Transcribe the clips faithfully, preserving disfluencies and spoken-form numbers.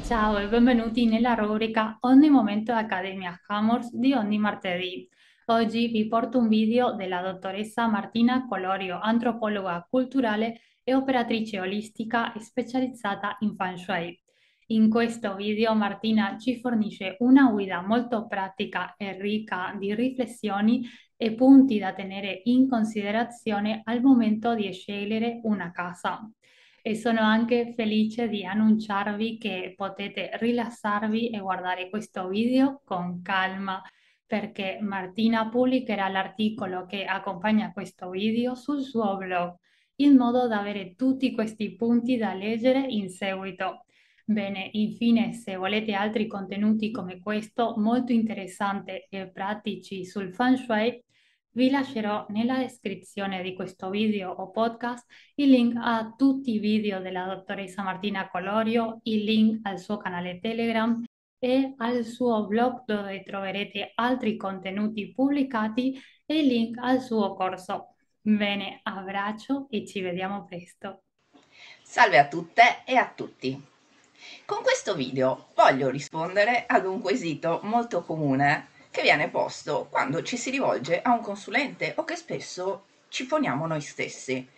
Ciao e benvenuti nella rubrica Ogni momento Accademia Hammers di ogni martedì. Oggi vi porto un video della dottoressa Martina Colorio, antropologa culturale e operatrice olistica specializzata in Feng Shui. In questo video Martina ci fornisce una guida molto pratica e ricca di riflessioni e punti da tenere in considerazione al momento di scegliere una casa. E sono anche felice di annunciarvi che potete rilassarvi e guardare questo video con calma perché Martina pubblicherà l'articolo che accompagna questo video sul suo blog in modo da avere tutti questi punti da leggere in seguito. Bene, infine, se volete altri contenuti come questo, molto interessanti e pratici sul Feng Shui, vi lascerò nella descrizione di questo video o podcast il link a tutti i video della dottoressa Martina Colorio, il link al suo canale Telegram e al suo blog dove troverete altri contenuti pubblicati e il link al suo corso. Bene, abbraccio e ci vediamo presto. Salve a tutte e a tutti! Con questo video voglio rispondere ad un quesito molto comune che viene posto quando ci si rivolge a un consulente o che spesso ci poniamo noi stessi.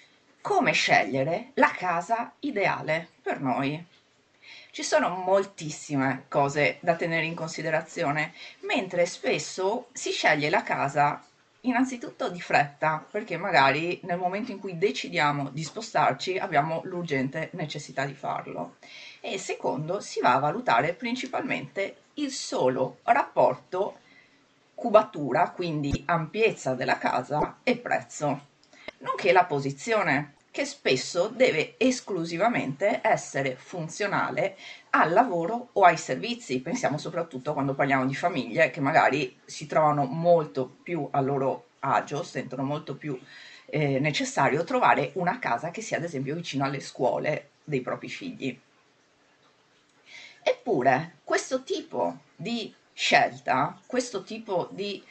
Come scegliere la casa ideale per noi? Ci sono moltissime cose da tenere in considerazione, mentre spesso si sceglie la casa innanzitutto di fretta, perché magari nel momento in cui decidiamo di spostarci abbiamo l'urgente necessità di farlo. E secondo, si va a valutare principalmente il solo rapporto cubatura, quindi ampiezza della casa e prezzo, nonché la posizione, che spesso deve esclusivamente essere funzionale al lavoro o ai servizi. Pensiamo soprattutto quando parliamo di famiglie che magari si trovano molto più a loro agio, sentono molto più eh, necessario trovare una casa che sia ad esempio vicino alle scuole dei propri figli. Eppure questo tipo di scelta, questo tipo di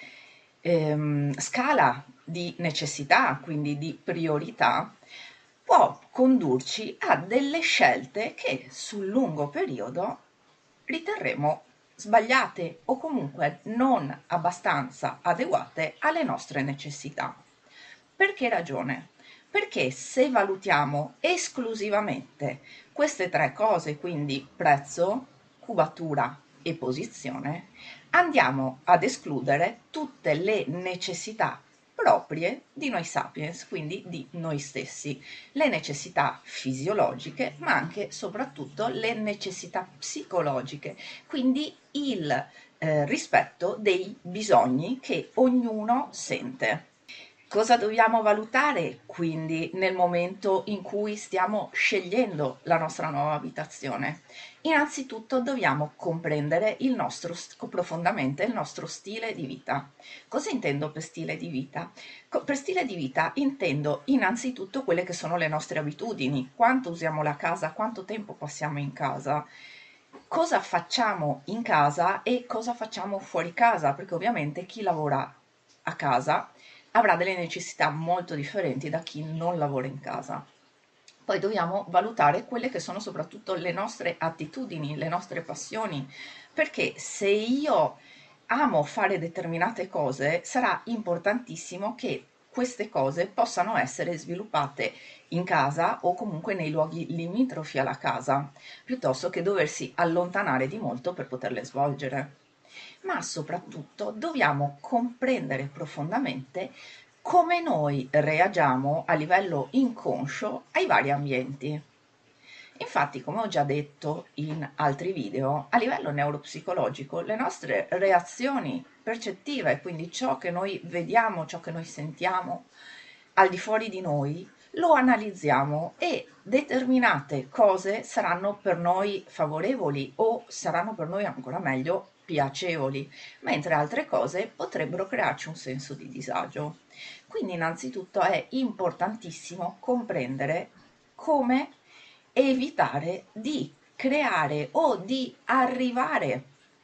ehm, scala di necessità, quindi di priorità, può condurci a delle scelte che sul lungo periodo riterremo sbagliate o comunque non abbastanza adeguate alle nostre necessità. Per che ragione? Perché se valutiamo esclusivamente queste tre cose, quindi prezzo, cubatura e posizione, andiamo ad escludere tutte le necessità proprie di noi sapiens, quindi di noi stessi, le necessità fisiologiche, ma anche e soprattutto le necessità psicologiche, quindi il eh, rispetto dei bisogni che ognuno sente. Cosa dobbiamo valutare quindi nel momento in cui stiamo scegliendo la nostra nuova abitazione? Innanzitutto dobbiamo comprendere il nostro, profondamente il nostro stile di vita. Cosa intendo per stile di vita? Per stile di vita intendo innanzitutto quelle che sono le nostre abitudini, quanto usiamo la casa, quanto tempo passiamo in casa, cosa facciamo in casa e cosa facciamo fuori casa, perché ovviamente chi lavora a casa avrà delle necessità molto differenti da chi non lavora in casa. Poi dobbiamo valutare quelle che sono soprattutto le nostre attitudini, le nostre passioni, perché se io amo fare determinate cose, sarà importantissimo che queste cose possano essere sviluppate in casa o comunque nei luoghi limitrofi alla casa, piuttosto che doversi allontanare di molto per poterle svolgere. Ma soprattutto dobbiamo comprendere profondamente come noi reagiamo a livello inconscio ai vari ambienti. Infatti, come ho già detto in altri video, a livello neuropsicologico le nostre reazioni percettive, quindi ciò che noi vediamo, ciò che noi sentiamo al di fuori di noi, lo analizziamo e determinate cose saranno per noi favorevoli o saranno per noi ancora meglio piacevoli, mentre altre cose potrebbero crearci un senso di disagio. Quindi innanzitutto è importantissimo comprendere come evitare di creare o di arrivare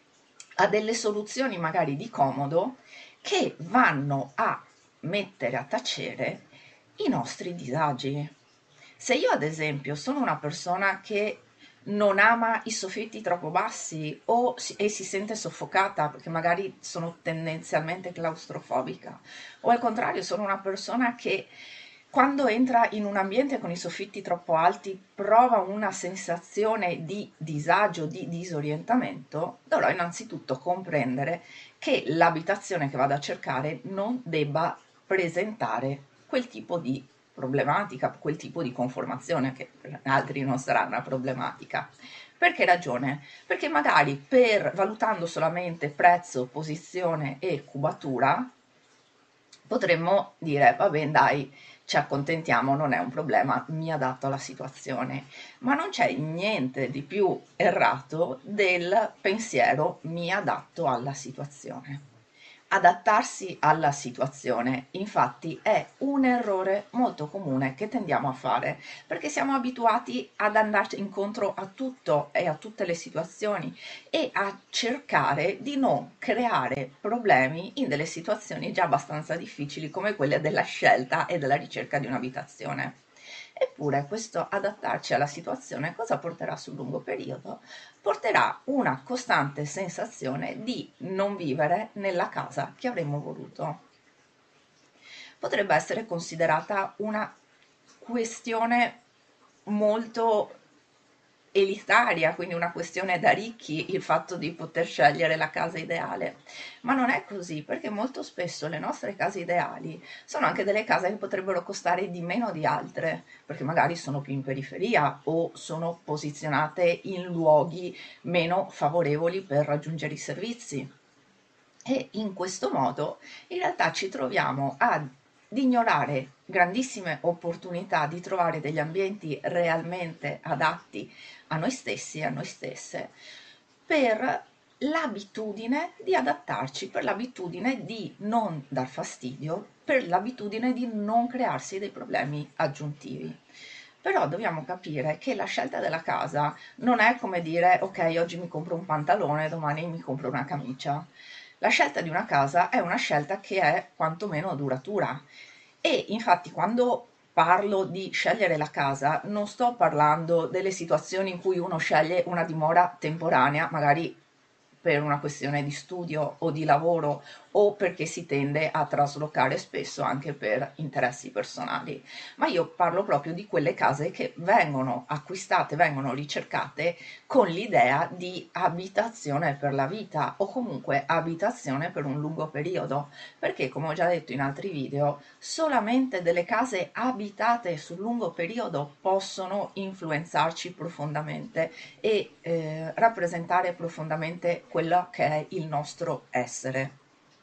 a delle soluzioni magari di comodo che vanno a mettere a tacere i nostri disagi. Se io ad esempio sono una persona che non ama i soffitti troppo bassi o si, e si sente soffocata perché magari sono tendenzialmente claustrofobica, o al contrario sono una persona che quando entra in un ambiente con i soffitti troppo alti prova una sensazione di disagio, di disorientamento, dovrò innanzitutto comprendere che l'abitazione che vado a cercare non debba presentare quel tipo di problematica, quel tipo di conformazione che per altri non sarà una problematica. Per che ragione? Perché magari per valutando solamente prezzo, posizione e cubatura potremmo dire va bene dai, ci accontentiamo, non è un problema, mi adatto alla situazione, ma non c'è niente di più errato del pensiero mi adatto alla situazione. Adattarsi alla situazione, infatti, è un errore molto comune che tendiamo a fare perché siamo abituati ad andarci incontro a tutto e a tutte le situazioni e a cercare di non creare problemi in delle situazioni già abbastanza difficili come quelle della scelta e della ricerca di un'abitazione. Eppure questo adattarci alla situazione cosa porterà sul lungo periodo? Porterà una costante sensazione di non vivere nella casa che avremmo voluto. Potrebbe essere considerata una questione molto elitaria, quindi una questione da ricchi, il fatto di poter scegliere la casa ideale. Ma non è così, perché molto spesso le nostre case ideali sono anche delle case che potrebbero costare di meno di altre, perché magari sono più in periferia o sono posizionate in luoghi meno favorevoli per raggiungere i servizi. E in questo modo in realtà ci troviamo ad ignorare grandissime opportunità di trovare degli ambienti realmente adatti a noi stessi e a noi stesse per l'abitudine di adattarci, per l'abitudine di non dar fastidio, per l'abitudine di non crearsi dei problemi aggiuntivi. Però dobbiamo capire che la scelta della casa non è come dire ok, oggi mi compro un pantalone, domani mi compro una camicia. La scelta di una casa è una scelta che è quantomeno duratura e infatti quando parlo di scegliere la casa non sto parlando delle situazioni in cui uno sceglie una dimora temporanea, magari per una questione di studio o di lavoro o perché si tende a traslocare spesso anche per interessi personali, ma io parlo proprio di quelle case che vengono acquistate, vengono ricercate con l'idea di abitazione per la vita o comunque abitazione per un lungo periodo, perché come ho già detto in altri video, solamente delle case abitate sul lungo periodo possono influenzarci profondamente e eh, rappresentare profondamente quello che è il nostro essere.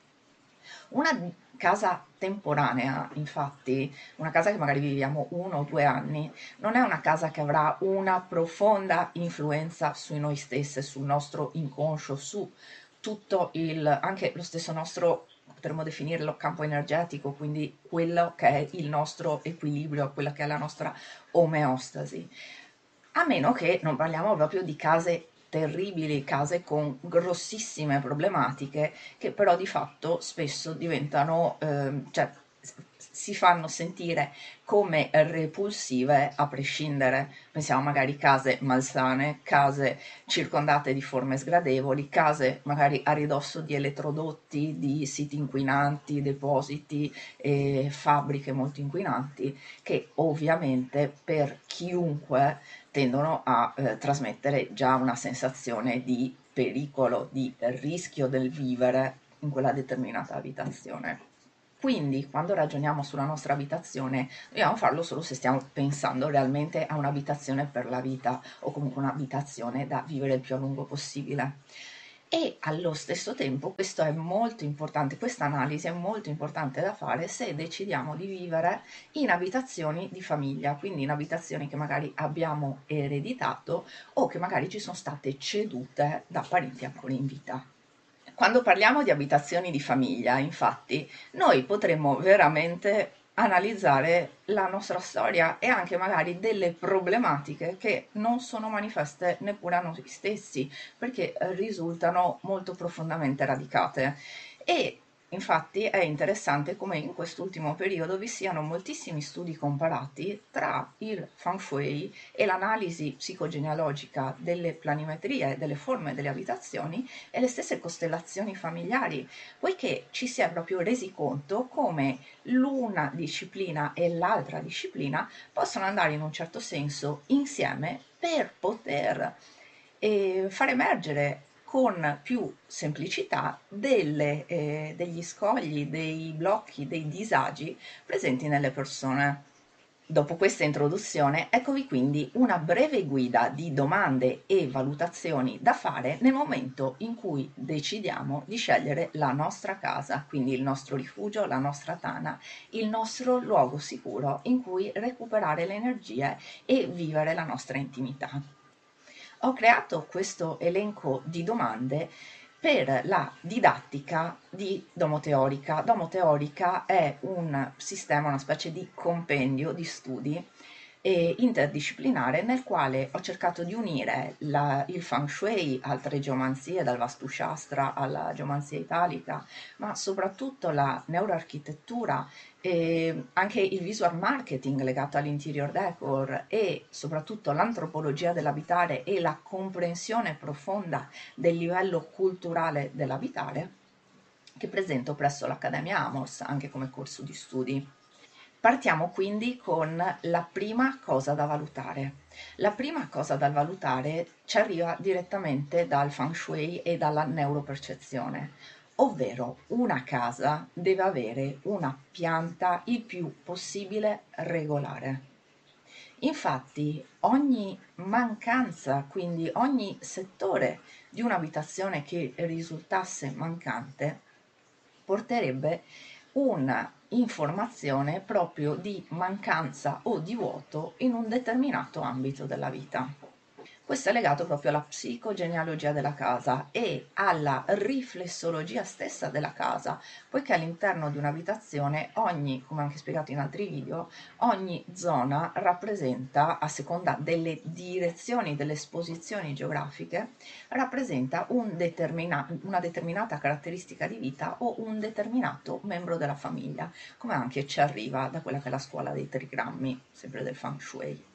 Una casa temporanea, infatti, una casa che magari viviamo uno o due anni, non è una casa che avrà una profonda influenza su noi stessi, sul nostro inconscio, su tutto il, anche lo stesso nostro, potremmo definirlo campo energetico, quindi quello che è il nostro equilibrio, quella che è la nostra omeostasi. A meno che non parliamo proprio di case terribili, case con grossissime problematiche che però di fatto spesso diventano, ehm, cioè si fanno sentire come repulsive a prescindere. Pensiamo magari case malsane, case circondate di forme sgradevoli, case magari a ridosso di elettrodotti, di siti inquinanti, depositi e fabbriche molto inquinanti, che ovviamente per chiunque tendono a eh, trasmettere già una sensazione di pericolo, di rischio del vivere in quella determinata abitazione. Quindi, quando ragioniamo sulla nostra abitazione, dobbiamo farlo solo se stiamo pensando realmente a un'abitazione per la vita o comunque un'abitazione da vivere il più a lungo possibile. E allo stesso tempo questo è molto importante, questa analisi è molto importante da fare se decidiamo di vivere in abitazioni di famiglia, quindi in abitazioni che magari abbiamo ereditato o che magari ci sono state cedute da parenti ancora in vita. Quando parliamo di abitazioni di famiglia, infatti, noi potremmo veramente analizzare la nostra storia e anche magari delle problematiche che non sono manifeste neppure a noi stessi, perché risultano molto profondamente radicate. E Infatti è interessante come in quest'ultimo periodo vi siano moltissimi studi comparati tra il Feng Shui e l'analisi psicogenealogica delle planimetrie, delle forme delle abitazioni e le stesse costellazioni familiari, poiché ci si è proprio resi conto come l'una disciplina e l'altra disciplina possono andare in un certo senso insieme per poter eh, far emergere con più semplicità delle, eh, degli scogli, dei blocchi, dei disagi presenti nelle persone. Dopo questa introduzione, eccovi quindi una breve guida di domande e valutazioni da fare nel momento in cui decidiamo di scegliere la nostra casa, quindi il nostro rifugio, la nostra tana, il nostro luogo sicuro in cui recuperare le energie e vivere la nostra intimità. Ho creato questo elenco di domande per la didattica di Domo Teorica. Domo Teorica è un sistema, una specie di compendio di studi eh, interdisciplinare nel quale ho cercato di unire la, il Feng Shui, altre geomanzie, dal Vastu Shastra alla geomanzia italica, ma soprattutto la neuroarchitettura e anche il visual marketing legato all'interior decor e soprattutto l'antropologia dell'abitare e la comprensione profonda del livello culturale dell'abitare che presento presso l'Accademia Amos anche come corso di studi. Partiamo quindi con la prima cosa da valutare. La prima cosa da valutare ci arriva direttamente dal Feng Shui e dalla neuropercezione, ovvero una casa deve avere una pianta il più possibile regolare. Infatti ogni mancanza, quindi ogni settore di un'abitazione che risultasse mancante, porterebbe una informazione proprio di mancanza o di vuoto in un determinato ambito della vita. Questo è legato proprio alla psicogenealogia della casa e alla riflessologia stessa della casa, poiché all'interno di un'abitazione ogni, come anche spiegato in altri video, ogni zona rappresenta, a seconda delle direzioni, delle esposizioni geografiche, rappresenta un determina- una determinata caratteristica di vita o un determinato membro della famiglia, come anche ci arriva da quella che è la scuola dei trigrammi, sempre del Feng Shui.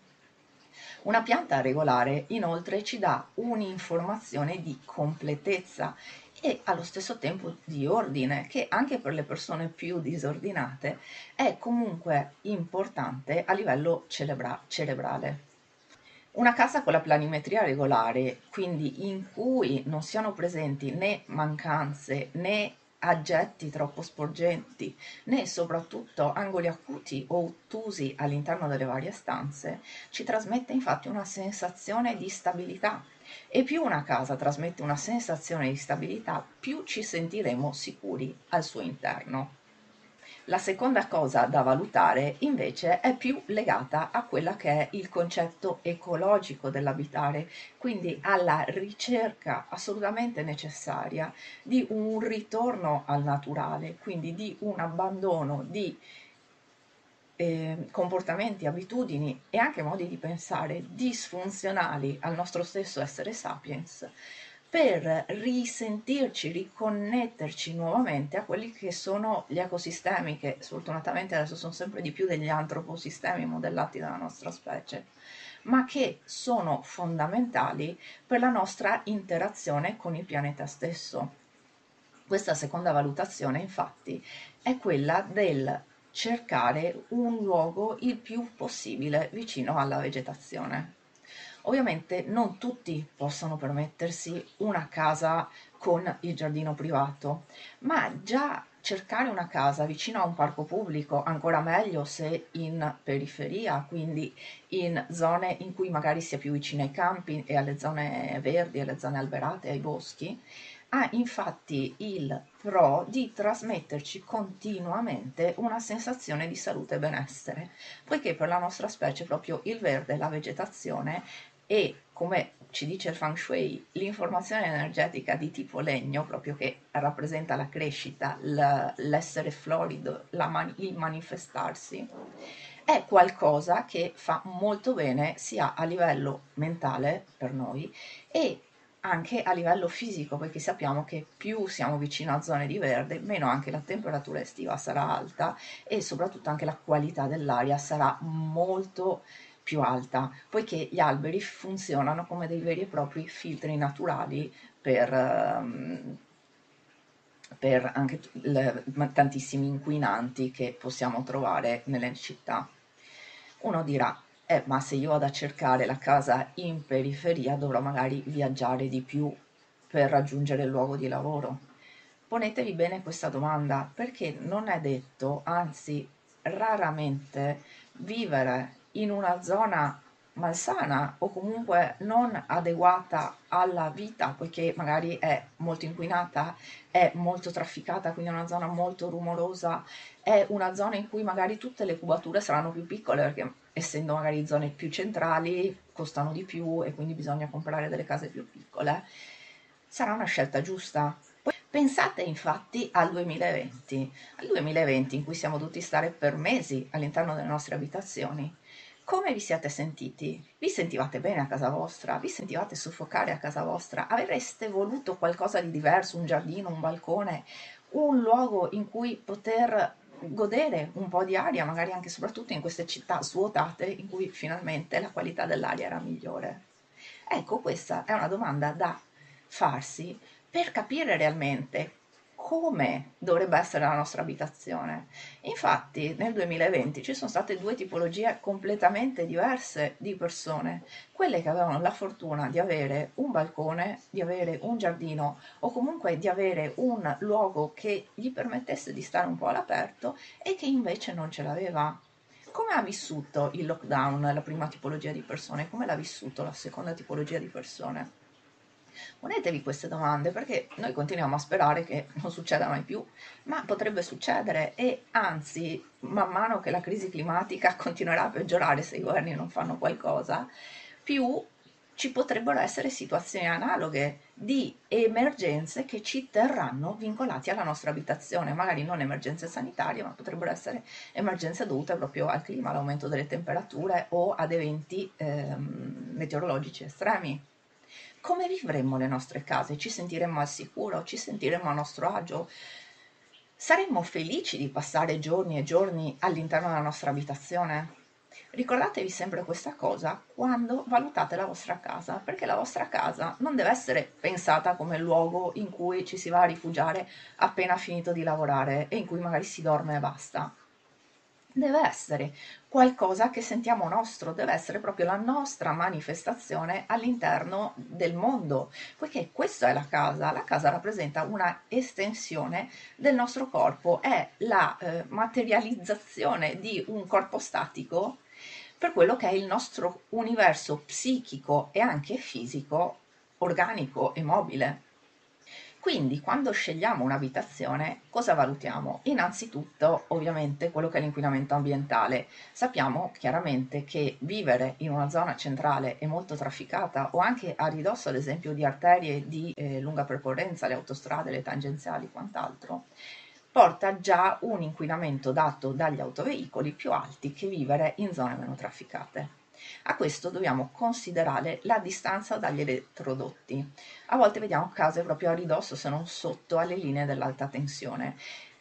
Una pianta regolare inoltre ci dà un'informazione di completezza e allo stesso tempo di ordine, che anche per le persone più disordinate è comunque importante a livello celebra- cerebrale. Una casa con la planimetria regolare, quindi in cui non siano presenti né mancanze né aggetti troppo sporgenti, né soprattutto angoli acuti o ottusi all'interno delle varie stanze, ci trasmette infatti una sensazione di stabilità. E più una casa trasmette una sensazione di stabilità, più ci sentiremo sicuri al suo interno. La seconda cosa da valutare invece è più legata a quella che è il concetto ecologico dell'abitare, quindi alla ricerca assolutamente necessaria di un ritorno al naturale, quindi di un abbandono di eh, comportamenti, abitudini e anche modi di pensare disfunzionali al nostro stesso essere sapiens per risentirci, riconnetterci nuovamente a quelli che sono gli ecosistemi, che sfortunatamente adesso sono sempre di più degli antroposistemi modellati dalla nostra specie, ma che sono fondamentali per la nostra interazione con il pianeta stesso. Questa seconda valutazione, infatti, è quella del cercare un luogo il più possibile vicino alla vegetazione. Ovviamente non tutti possono permettersi una casa con il giardino privato, ma già cercare una casa vicino a un parco pubblico, ancora meglio se in periferia, quindi in zone in cui magari sia più vicino ai campi e alle zone verdi, alle zone alberate, ai boschi, ha infatti il pro di trasmetterci continuamente una sensazione di salute e benessere, poiché per la nostra specie proprio il verde, la vegetazione e, come ci dice il Feng Shui, l'informazione energetica di tipo legno, proprio che rappresenta la crescita, l'essere florido, la man- il manifestarsi, è qualcosa che fa molto bene sia a livello mentale per noi e anche a livello fisico, perché sappiamo che più siamo vicino a zone di verde, meno anche la temperatura estiva sarà alta e soprattutto anche la qualità dell'aria sarà molto più alta, poiché gli alberi funzionano come dei veri e propri filtri naturali per, ehm, per anche le, tantissimi inquinanti che possiamo trovare nelle città. Uno dirà, eh, ma se io vado a cercare la casa in periferia dovrò magari viaggiare di più per raggiungere il luogo di lavoro. Ponetevi bene questa domanda, perché non è detto, anzi raramente, vivere in una zona malsana o comunque non adeguata alla vita, poiché magari è molto inquinata, è molto trafficata, quindi è una zona molto rumorosa, è una zona in cui magari tutte le cubature saranno più piccole, perché essendo magari zone più centrali costano di più e quindi bisogna comprare delle case più piccole. Sarà una scelta giusta. Poi pensate infatti al duemilaventi, al duemilaventi in cui siamo dovuti stare per mesi all'interno delle nostre abitazioni. Come vi siete sentiti? Vi sentivate bene a casa vostra? Vi sentivate soffocare a casa vostra? Avreste voluto qualcosa di diverso, un giardino, un balcone, un luogo in cui poter godere un po' di aria, magari anche e soprattutto in queste città svuotate in cui finalmente la qualità dell'aria era migliore? Ecco, questa è una domanda da farsi per capire realmente come dovrebbe essere la nostra abitazione. Infatti, nel duemilaventi ci sono state due tipologie completamente diverse di persone, quelle che avevano la fortuna di avere un balcone, di avere un giardino o comunque di avere un luogo che gli permettesse di stare un po' all'aperto e che invece non ce l'aveva. Come ha vissuto il lockdown la prima tipologia di persone? Come l'ha vissuto la seconda tipologia di persone? Ponetevi queste domande perché noi continuiamo a sperare che non succeda mai più, ma potrebbe succedere e anzi, man mano che la crisi climatica continuerà a peggiorare se i governi non fanno qualcosa, più ci potrebbero essere situazioni analoghe di emergenze che ci terranno vincolati alla nostra abitazione, magari non emergenze sanitarie, ma potrebbero essere emergenze dovute proprio al clima, all'aumento delle temperature o ad eventi ehm, meteorologici estremi. Come vivremmo le nostre case? Ci sentiremmo al sicuro? Ci sentiremmo a nostro agio? Saremmo felici di passare giorni e giorni all'interno della nostra abitazione? Ricordatevi sempre questa cosa quando valutate la vostra casa, perché la vostra casa non deve essere pensata come luogo in cui ci si va a rifugiare appena finito di lavorare e in cui magari si dorme e basta. Deve essere qualcosa che sentiamo nostro, deve essere proprio la nostra manifestazione all'interno del mondo, poiché questa è la casa, la casa rappresenta una estensione del nostro corpo, è la eh, materializzazione di un corpo statico per quello che è il nostro universo psichico e anche fisico, organico e mobile. Quindi quando scegliamo un'abitazione cosa valutiamo? Innanzitutto ovviamente quello che è l'inquinamento ambientale. Sappiamo chiaramente che vivere in una zona centrale e molto trafficata o anche a ridosso ad esempio di arterie di eh, lunga percorrenza, le autostrade, le tangenziali e quant'altro, porta già un inquinamento dato dagli autoveicoli più alti che vivere in zone meno trafficate. A questo dobbiamo considerare la distanza dagli elettrodotti. A volte vediamo case proprio a ridosso, se non sotto, alle linee dell'alta tensione.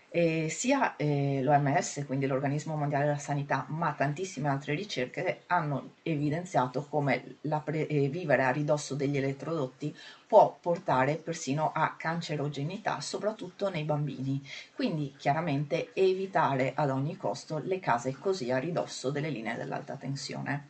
E sia eh, l'O M S, quindi l'Organismo Mondiale della Sanità, ma tantissime altre ricerche hanno evidenziato come la pre- eh, vivere a ridosso degli elettrodotti può portare persino a cancerogenità, soprattutto nei bambini. Quindi chiaramente evitare ad ogni costo le case così a ridosso delle linee dell'alta tensione.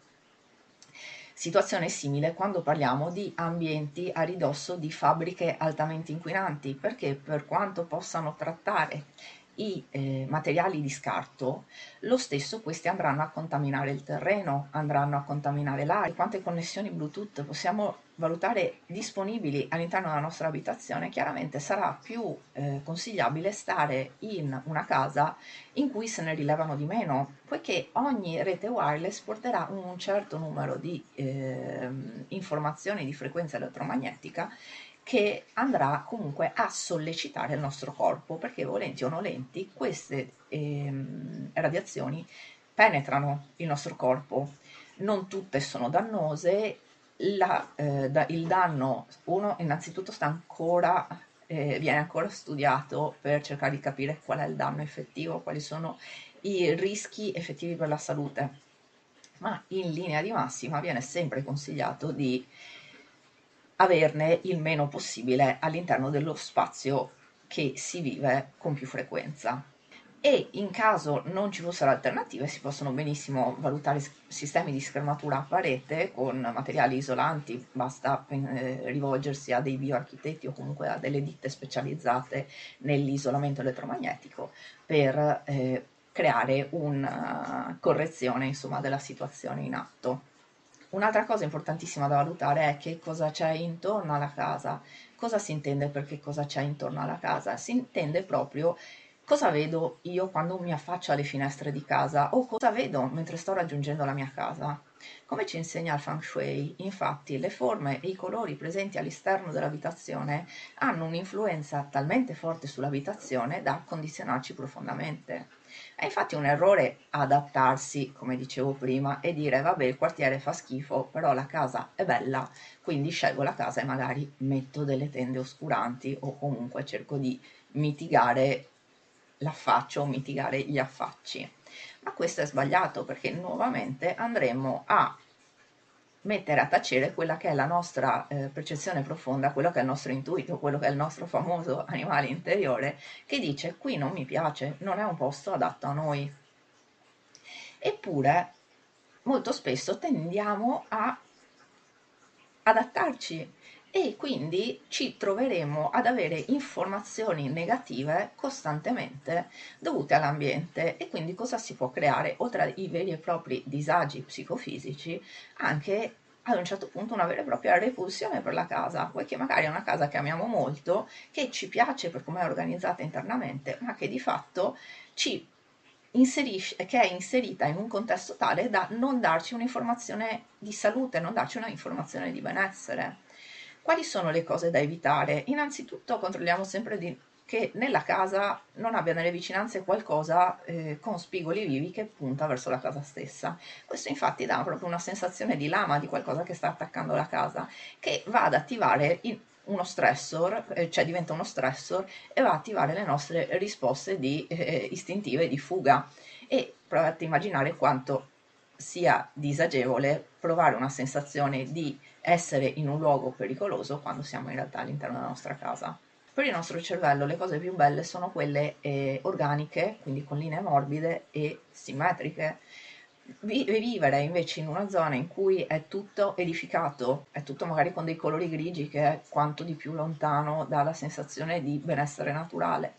Situazione simile quando parliamo di ambienti a ridosso di fabbriche altamente inquinanti, perché per quanto possano trattare i eh, materiali di scarto, lo stesso questi andranno a contaminare il terreno, andranno a contaminare l'aria. Quante connessioni Bluetooth possiamo valutare disponibili all'interno della nostra abitazione, chiaramente sarà più eh, consigliabile stare in una casa in cui se ne rilevano di meno, poiché ogni rete wireless porterà un certo numero di eh, informazioni di frequenza elettromagnetica che andrà comunque a sollecitare il nostro corpo, perché volenti o nolenti queste ehm, radiazioni penetrano il nostro corpo. Non tutte sono dannose, la, eh, da, il danno, uno innanzitutto sta ancora, eh, viene ancora studiato per cercare di capire qual è il danno effettivo, quali sono i rischi effettivi per la salute, ma in linea di massima viene sempre consigliato di averne il meno possibile all'interno dello spazio che si vive con più frequenza. E in caso non ci fossero alternative si possono benissimo valutare sistemi di schermatura a parete con materiali isolanti, basta eh, rivolgersi a dei bioarchitetti o comunque a delle ditte specializzate nell'isolamento elettromagnetico per eh, creare una correzione, insomma, della situazione in atto. Un'altra cosa importantissima da valutare è che cosa c'è intorno alla casa. Cosa si intende per che cosa c'è intorno alla casa? Si intende proprio cosa vedo io quando mi affaccio alle finestre di casa o cosa vedo mentre sto raggiungendo la mia casa. Come ci insegna il Feng Shui, infatti, le forme e i colori presenti all'esterno dell'abitazione hanno un'influenza talmente forte sull'abitazione da condizionarci profondamente. È infatti un errore adattarsi, come dicevo prima, e dire vabbè, il quartiere fa schifo, però la casa è bella, quindi scelgo la casa e magari metto delle tende oscuranti o comunque cerco di mitigare l'affaccio o mitigare gli affacci. Ma questo è sbagliato perché nuovamente andremo a mettere a tacere quella che è la nostra eh, percezione profonda, quello che è il nostro intuito, quello che è il nostro famoso animale interiore, che dice qui non mi piace, non è un posto adatto a noi. Eppure molto spesso tendiamo a adattarci e quindi ci troveremo ad avere informazioni negative costantemente dovute all'ambiente e quindi cosa si può creare oltre ai veri e propri disagi psicofisici anche ad un certo punto una vera e propria repulsione per la casa, poiché magari è una casa che amiamo molto, che ci piace per come è organizzata internamente, ma che di fatto ci inserisce, che è inserita in un contesto tale da non darci un'informazione di salute, non darci un'informazione di benessere. Quali sono le cose da evitare? Innanzitutto controlliamo sempre di, che nella casa non abbia nelle vicinanze qualcosa eh, con spigoli vivi che punta verso la casa stessa. Questo infatti dà proprio una sensazione di lama, di qualcosa che sta attaccando la casa, che va ad attivare il, uno stressor, eh, cioè diventa uno stressor e va a attivare le nostre risposte di, eh, istintive di fuga. E provate a immaginare quanto sia disagevole provare una sensazione di essere in un luogo pericoloso quando siamo in realtà all'interno della nostra casa. Per il nostro cervello le cose più belle sono quelle eh, organiche, quindi con linee morbide e simmetriche. Vi- vivere invece in una zona in cui è tutto edificato, è tutto magari con dei colori grigi, che è quanto di più lontano dalla sensazione di benessere naturale,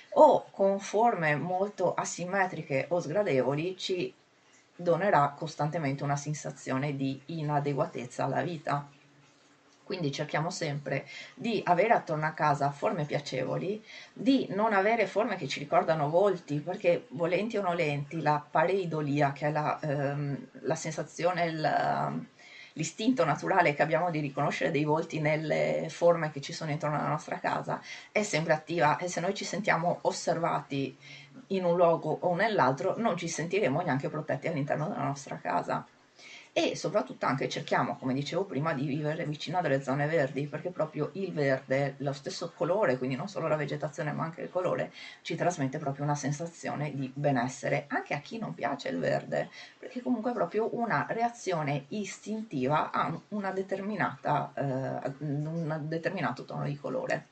o con forme molto asimmetriche o sgradevoli, ci donerà costantemente una sensazione di inadeguatezza alla vita. Quindi cerchiamo sempre di avere attorno a casa forme piacevoli, di non avere forme che ci ricordano volti, perché volenti o nolenti la pareidolia, che è la, ehm, la sensazione, il, l'istinto naturale che abbiamo di riconoscere dei volti nelle forme che ci sono intorno alla nostra casa, è sempre attiva e se noi ci sentiamo osservati in un luogo o nell'altro non ci sentiremo neanche protetti all'interno della nostra casa. E soprattutto anche cerchiamo, come dicevo prima, di vivere vicino a delle zone verdi, perché proprio il verde, lo stesso colore, quindi non solo la vegetazione ma anche il colore, ci trasmette proprio una sensazione di benessere, anche a chi non piace il verde, perché comunque è proprio una reazione istintiva a una determinata, eh, un determinato tono di colore.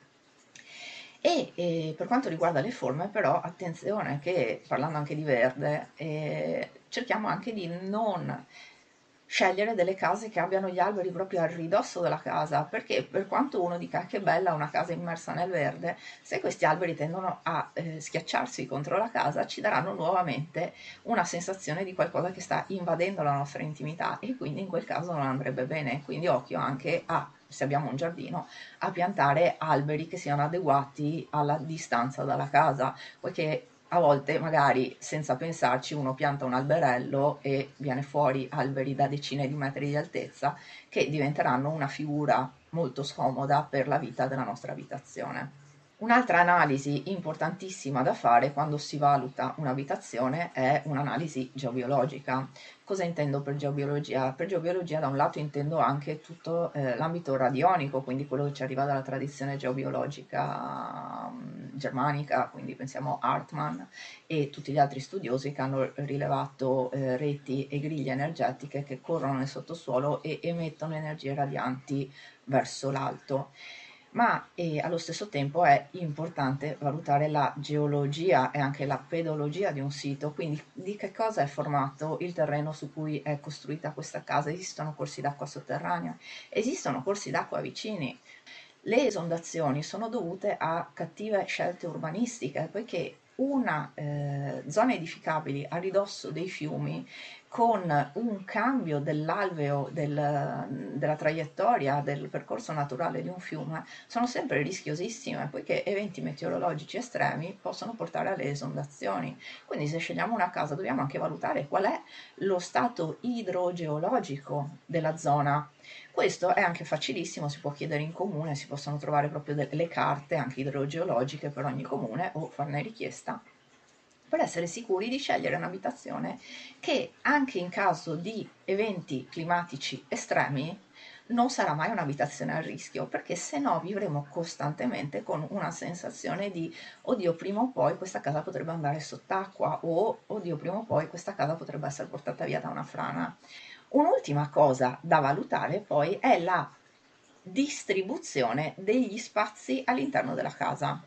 E, e per quanto riguarda le forme, però, attenzione che parlando anche di verde, eh, cerchiamo anche di non scegliere delle case che abbiano gli alberi proprio a ridosso della casa, perché per quanto uno dica che bella una casa immersa nel verde, se questi alberi tendono a eh, schiacciarsi contro la casa, ci daranno nuovamente una sensazione di qualcosa che sta invadendo la nostra intimità e quindi in quel caso non andrebbe bene. Quindi occhio anche a, se abbiamo un giardino, a piantare alberi che siano adeguati alla distanza dalla casa, poiché a volte magari senza pensarci uno pianta un alberello e viene fuori alberi da decine di metri di altezza che diventeranno una figura molto scomoda per la vita della nostra abitazione. Un'altra analisi importantissima da fare quando si valuta un'abitazione è un'analisi geobiologica. Cosa intendo per geobiologia? Per geobiologia da un lato intendo anche tutto eh, l'ambito radionico, quindi quello che ci arriva dalla tradizione geobiologica um, germanica, quindi pensiamo a Hartmann e tutti gli altri studiosi che hanno rilevato eh, reti e griglie energetiche che corrono nel sottosuolo e emettono energie radianti verso l'alto. Ma eh, allo stesso tempo è importante valutare la geologia e anche la pedologia di un sito, quindi di che cosa è formato il terreno su cui è costruita questa casa. Esistono corsi d'acqua sotterranea, esistono corsi d'acqua vicini. Le esondazioni sono dovute a cattive scelte urbanistiche, poiché una eh, zone edificabili a ridosso dei fiumi con un cambio dell'alveo del, della traiettoria del percorso naturale di un fiume sono sempre rischiosissime, poiché eventi meteorologici estremi possono portare alle esondazioni. Quindi se scegliamo una casa dobbiamo anche valutare qual è lo stato idrogeologico della zona. Questo è anche facilissimo, si può chiedere in comune, si possono trovare proprio delle carte anche idrogeologiche per ogni comune o farne richiesta per essere sicuri di scegliere un'abitazione che anche in caso di eventi climatici estremi non sarà mai un'abitazione a rischio, perché se no vivremo costantemente con una sensazione di oddio prima o poi questa casa potrebbe andare sott'acqua o oddio prima o poi questa casa potrebbe essere portata via da una frana. Un'ultima cosa da valutare poi è la distribuzione degli spazi all'interno della casa.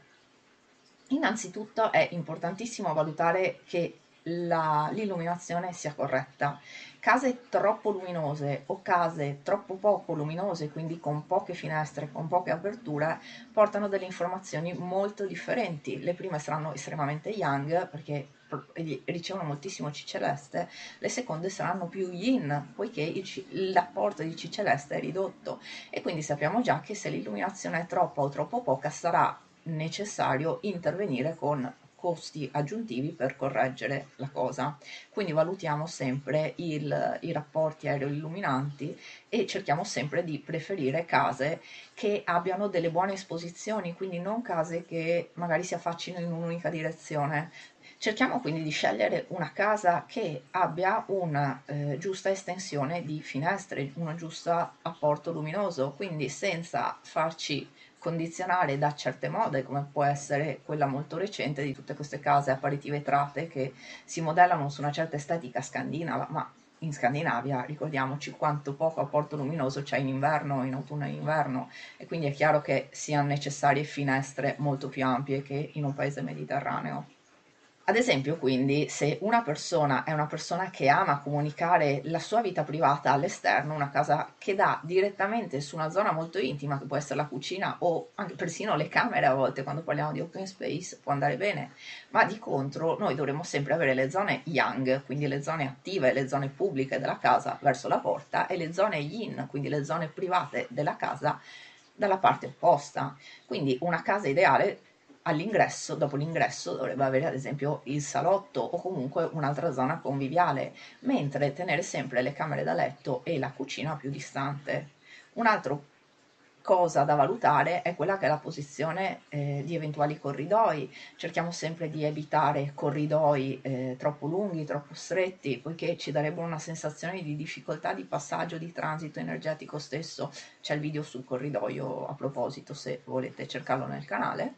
Innanzitutto è importantissimo valutare che la- l'illuminazione sia corretta. Case troppo luminose o case troppo poco luminose, quindi con poche finestre, con poche aperture, portano delle informazioni molto differenti. Le prime saranno estremamente yang perché pro- ricevono moltissimo C celeste, le seconde saranno più yin poiché il C- l'apporto di C celeste è ridotto e quindi sappiamo già che se l'illuminazione è troppa o troppo poca sarà necessario intervenire con costi aggiuntivi per correggere la cosa. Quindi valutiamo sempre il, i rapporti aeroilluminanti e cerchiamo sempre di preferire case che abbiano delle buone esposizioni, quindi non case che magari si affaccino in un'unica direzione. Cerchiamo quindi di scegliere una casa che abbia una eh, giusta estensione di finestre, un giusto apporto luminoso, quindi senza farci condizionare da certe mode, come può essere quella molto recente di tutte queste case a pareti vetrate che si modellano su una certa estetica scandinava, ma in Scandinavia ricordiamoci quanto poco apporto luminoso c'è in inverno, in autunno e in inverno, e quindi è chiaro che siano necessarie finestre molto più ampie che in un paese mediterraneo. Ad esempio, quindi, se una persona è una persona che ama comunicare la sua vita privata all'esterno, una casa che dà direttamente su una zona molto intima, che può essere la cucina o anche persino le camere a volte, quando parliamo di open space, può andare bene, ma di contro noi dovremo sempre avere le zone yang, quindi le zone attive, le zone pubbliche della casa verso la porta, e le zone yin, quindi le zone private della casa dalla parte opposta. Quindi una casa ideale all'ingresso, dopo l'ingresso, dovrebbe avere ad esempio il salotto o comunque un'altra zona conviviale, mentre tenere sempre le camere da letto e la cucina più distante. Un'altra cosa da valutare è quella che è la posizione eh, di eventuali corridoi. Cerchiamo sempre di evitare corridoi eh, troppo lunghi, troppo stretti, poiché ci darebbero una sensazione di difficoltà di passaggio, di transito energetico stesso. C'è il video sul corridoio a proposito, se volete cercarlo nel canale,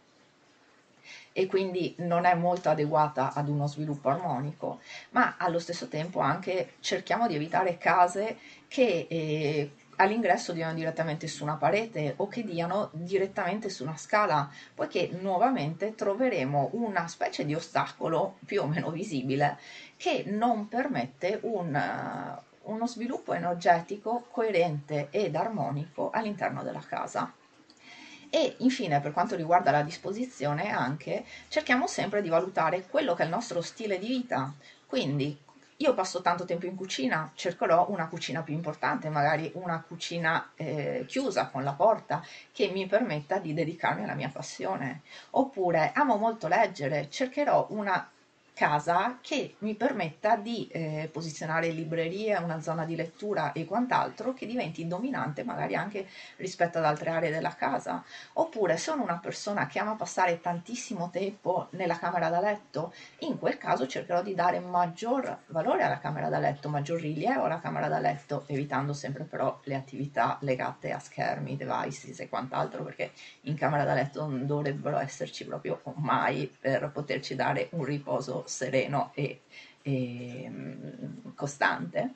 e quindi non è molto adeguata ad uno sviluppo armonico, ma allo stesso tempo anche cerchiamo di evitare case che eh, all'ingresso diano direttamente su una parete o che diano direttamente su una scala, poiché nuovamente troveremo una specie di ostacolo più o meno visibile che non permette un, eh, uno sviluppo energetico coerente ed armonico all'interno della casa. E infine, per quanto riguarda la disposizione, anche cerchiamo sempre di valutare quello che è il nostro stile di vita. Quindi io passo tanto tempo in cucina, cercherò una cucina più importante, magari una cucina eh, chiusa con la porta che mi permetta di dedicarmi alla mia passione. Oppure amo molto leggere, cercherò una casa che mi permetta di eh, posizionare librerie, una zona di lettura e quant'altro che diventi dominante magari anche rispetto ad altre aree della casa. Oppure sono una persona che ama passare tantissimo tempo nella camera da letto, in quel caso cercherò di dare maggior valore alla camera da letto, maggior rilievo alla camera da letto, evitando sempre però le attività legate a schermi, devices e quant'altro, perché in camera da letto non dovrebbero esserci proprio mai per poterci dare un riposo sereno e, e mm, costante.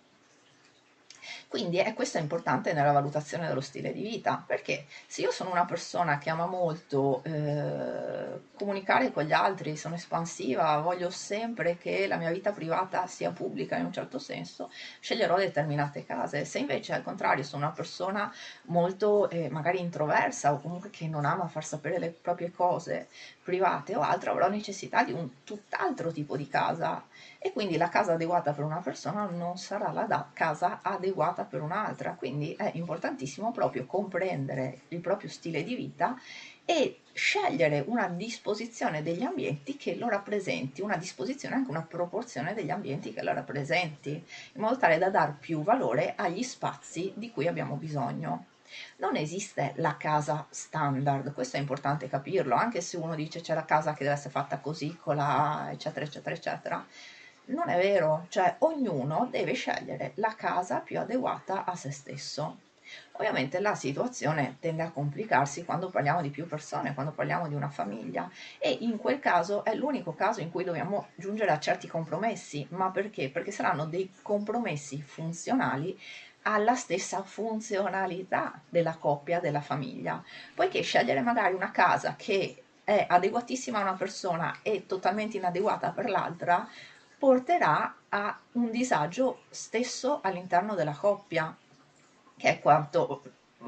Quindi è, questo è importante nella valutazione dello stile di vita, perché se io sono una persona che ama molto eh, comunicare con gli altri, sono espansiva, voglio sempre che la mia vita privata sia pubblica in un certo senso, sceglierò determinate case. Se invece al contrario sono una persona molto eh, magari introversa o comunque che non ama far sapere le proprie cose private o altro, avrò necessità di un tutt'altro tipo di casa, e quindi la casa adeguata per una persona non sarà la da- casa adeguata per un'altra. Quindi è importantissimo proprio comprendere il proprio stile di vita e scegliere una disposizione degli ambienti che lo rappresenti, una disposizione, anche una proporzione degli ambienti che lo rappresenti, in modo tale da dar più valore agli spazi di cui abbiamo bisogno. Non esiste la casa standard, questo è importante capirlo, anche se uno dice c'è la casa che deve essere fatta così, con la A, eccetera, eccetera, eccetera. Non è vero, cioè ognuno deve scegliere la casa più adeguata a se stesso. Ovviamente la situazione tende a complicarsi quando parliamo di più persone, quando parliamo di una famiglia, e in quel caso è l'unico caso in cui dobbiamo giungere a certi compromessi. Ma perché? Perché saranno dei compromessi funzionali alla stessa funzionalità della coppia, della famiglia, poiché scegliere magari una casa che è adeguatissima a una persona e totalmente inadeguata per l'altra porterà a un disagio stesso all'interno della coppia, che è quanto,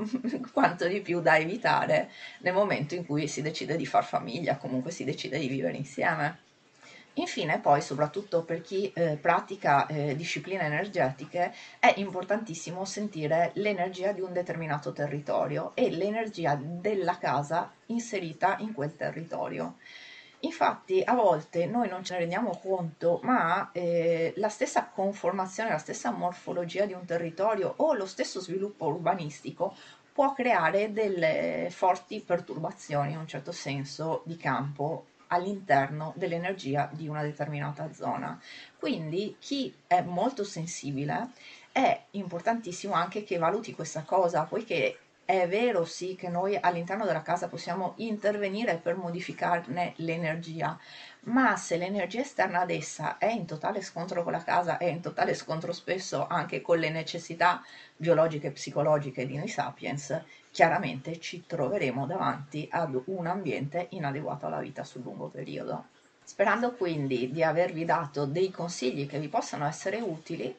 quanto di più da evitare nel momento in cui si decide di far famiglia, comunque si decide di vivere insieme. Infine, poi, soprattutto per chi eh, pratica eh, discipline energetiche, è importantissimo sentire l'energia di un determinato territorio e l'energia della casa inserita in quel territorio. Infatti, a volte noi non ce ne rendiamo conto, ma eh, la stessa conformazione, la stessa morfologia di un territorio o lo stesso sviluppo urbanistico può creare delle forti perturbazioni, in un certo senso, di campo all'interno dell'energia di una determinata zona. Quindi chi è molto sensibile è importantissimo anche che valuti questa cosa, poiché è vero sì che noi all'interno della casa possiamo intervenire per modificarne l'energia, ma se l'energia esterna ad essa è in totale scontro con la casa, è in totale scontro spesso anche con le necessità biologiche e psicologiche di noi sapiens, chiaramente ci troveremo davanti ad un ambiente inadeguato alla vita sul lungo periodo. Sperando quindi di avervi dato dei consigli che vi possano essere utili,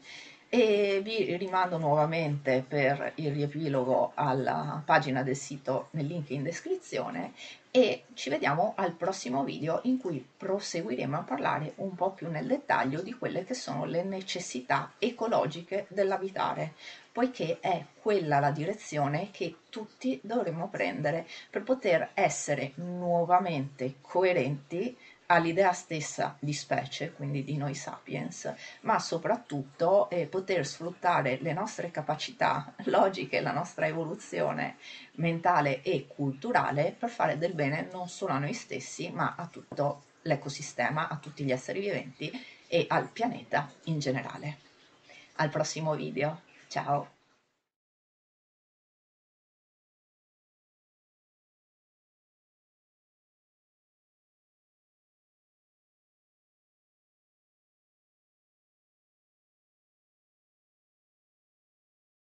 e vi rimando nuovamente per il riepilogo alla pagina del sito nel link in descrizione, e ci vediamo al prossimo video in cui proseguiremo a parlare un po' più nel dettaglio di quelle che sono le necessità ecologiche dell'abitare, poiché è quella la direzione che tutti dovremmo prendere per poter essere nuovamente coerenti all'idea stessa di specie, quindi di noi sapiens, ma soprattutto eh, poter sfruttare le nostre capacità logiche, la nostra evoluzione mentale e culturale per fare del bene non solo a noi stessi, ma a tutto l'ecosistema, a tutti gli esseri viventi e al pianeta in generale. Al prossimo video, ciao!